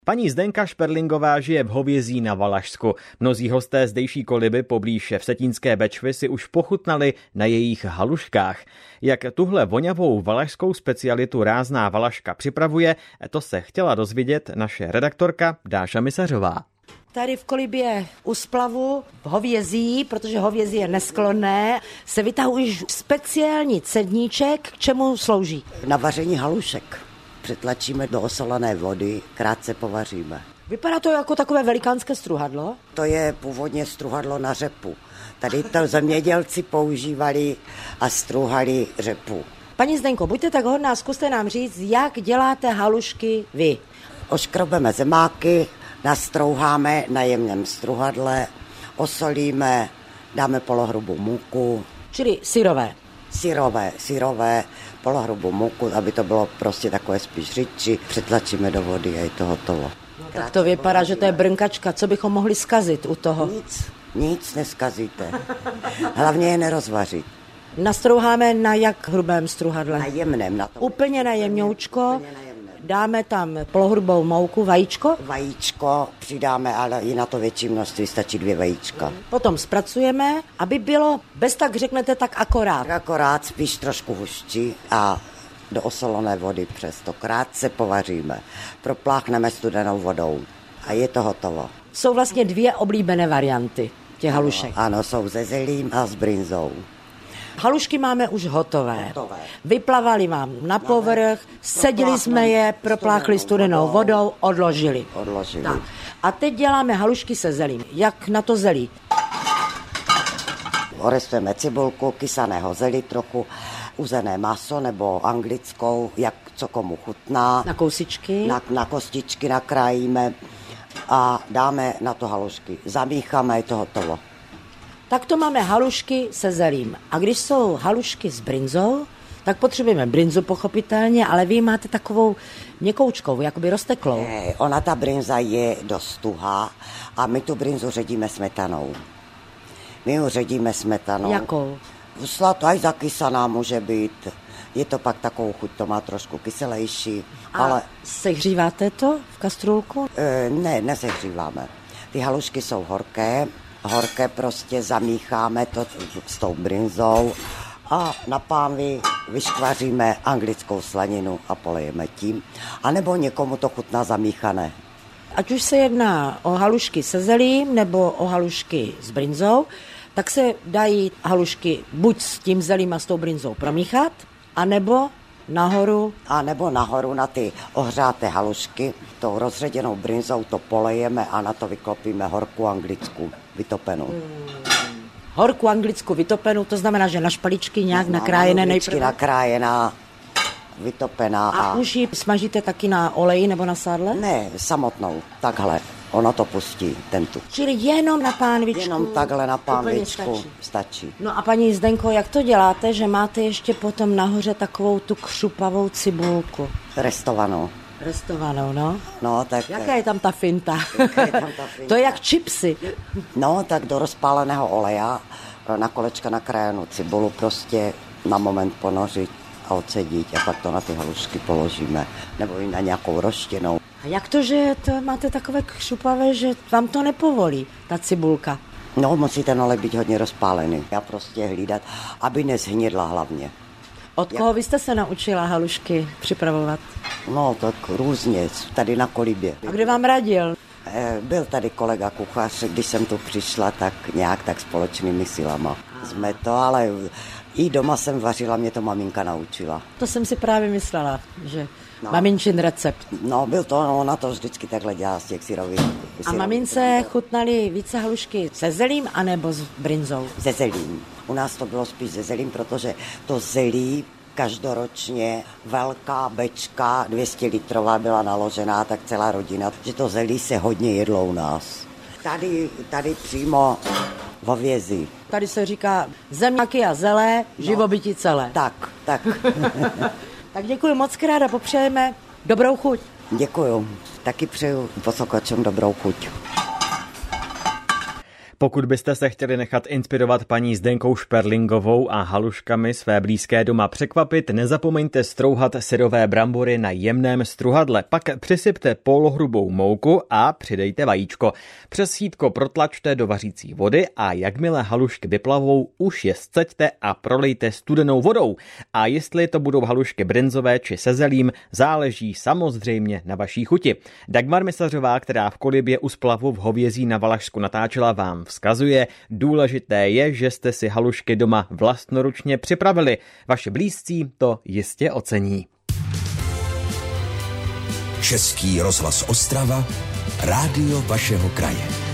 Paní Zdenka Šperlingová žije v Hovězí na Valašsku. Mnozí hosté zdejší koliby poblíž Vsetínské Bečvy si už pochutnali na jejich haluškách. Jak tuhle voňavou valašskou specialitu Rázná Valaška připravuje, to se chtěla dozvědět naše redaktorka Dáša Misařová. Tady v kolibě u splavu v Hovězí, protože Hovězí je nesklonné, se vytahuje speciální cedníček, k čemu slouží? Na vaření halušek. Přetlačíme do osolané vody, krátce povaříme. Vypadá to jako takové velikánské struhadlo? To je původně struhadlo na řepu. Tady to zemědělci používali a struhali řepu. Paní Zdenko, buďte tak hodná, zkuste nám říct, jak děláte halušky vy. Oškrobeme zemáky, nastrouháme na jemném struhadle, osolíme, dáme polohrubou mouku. Čili syrové. Syrové, polohrubou mouku, aby to bylo prostě takové spíš řidčí. Přetlačíme do vody a je to hotovo. No, tak to vypadá, že to je brnkačka. Co bychom mohli zkazit u toho? Nic neskazíte. Hlavně je nerozvařit. Nastrouháme na jak hrubém struhadle? Na jemném. Úplně na jemňoučko. Dáme tam polohrubou mouku, vajíčko? Vajíčko přidáme, ale i na to větší množství, stačí 2 vajíčka. Potom zpracujeme, aby bylo, bez tak řeknete, tak akorát. Tak akorát, spíš trošku huščí a do osoloné vody přesto krátce povaříme. Propláchneme studenou vodou a je to hotovo. Jsou vlastně 2 oblíbené varianty těch halušek. Ano, jsou se zelím a s brinzou. Halušky máme už hotové. Vyplavali vám na povrch, sedili jsme je, propláchli studenou vodou, odložili. Tak. A teď děláme halušky se zelím. Jak na to zelí? Orestujeme cibulku, kysaného zelí trochu, uzené maso nebo anglickou, jak co komu chutná. Na kousičky? Na kostičky nakrájíme a dáme na to halušky. Zamícháme, je to hotovo. Tak to máme halušky se zelím. A když jsou halušky s brinzou, tak potřebujeme brinzu pochopitelně, ale vy máte takovou měkoučkou, jakoby rozteklou. Ne, ona ta brinza je dost tuhá a my tu brinzu ředíme smetanou. Jakou? Slato, aj zakysaná může být. Je to pak takovou chuť, to má trošku kyselejší. Ale sehříváte to v kastrůlku? Ne, nesehříváme. Ty halušky jsou horké prostě zamícháme to s tou brinzou a na pánvi vyškvaříme anglickou slaninu a polejeme tím. A nebo někomu to chutná zamíchané. Ať už se jedná o halušky se zelím nebo o halušky s brinzou, tak se dají halušky buď s tím zelím a s tou brinzou promíchat, anebo nahoru na ty ohřáté halušky. Tou rozředěnou brinzou to polejeme a na to vyklopíme horkou anglickou vytopenou. Horkou anglickou vytopenou, to znamená, že na špaličky nějak nakrájené nejprve? Nakrájená, vytopená. A už ji smažíte taky na oleji nebo na sádle? Ne, samotnou, takhle. Ono to pustí, ten tuk. Čili jenom na pánvičku? Jenom takhle na pánvičku stačí. No a paní Zdenko, jak to děláte, že máte ještě potom nahoře takovou tu křupavou cibulku? Restovanou, no? No, tak... Jaká je tam ta finta? To je jak čipsy. No, tak do rozpáleného oleja na kolečka nakrájenou cibulu prostě na moment ponořit a odsedit a pak to na ty halušky položíme. Nebo i na nějakou roštěnou. A jak to, že to máte takové křupavé, že vám to nepovolí, ta cibulka? No, musí ten olej být hodně rozpálený. Já prostě hlídat, aby nezhnědla hlavně. Od koho vy jste se naučila halušky připravovat? No, tak různě, tady na kolibě. A kdo vám radil? Byl tady kolega kuchař, když jsem tu přišla, tak nějak tak společnými silama. Jsme to, ale i doma jsem vařila, mě to maminka naučila. To jsem si právě myslela, že maminčin recept. No, byl to, ona to vždycky takhle dělá z těch syrových. A mamince chutnaly více halušky se zelím anebo s brinzou? Se zelím. U nás to bylo spíš se zelím, protože to zelí každoročně velká bečka, 200 litrová byla naložená, tak celá rodina, že to zelí se hodně jedlo u nás. Tady přímo v Hovězí. Tady se říká zeměky a zelé, živobytí celé. Tak. Tak děkuji moc krát a popřejeme dobrou chuť. Děkuju. Taky přeju posluchačům dobrou chuť. Pokud byste se chtěli nechat inspirovat paní Zdenkou Šperlingovou a haluškami své blízké doma překvapit, nezapomeňte strouhat syrové brambory na jemném struhadle. Pak přisypte polohrubou mouku a přidejte vajíčko. Přes sítko protlačte do vařící vody a jakmile halušky vyplavou, už je sceďte a prolejte studenou vodou. A jestli to budou halušky brynzové či se zelím, záleží samozřejmě na vaší chuti. Dagmar Misařová, která v Kolibě u splavu v Hovězí na Valašsku natáčela, vám vzkazuje: důležité je, že jste si halušky doma vlastnoručně připravili. Vaši blízcí to jistě ocení. Český rozhlas Ostrava, rádio vašeho kraje.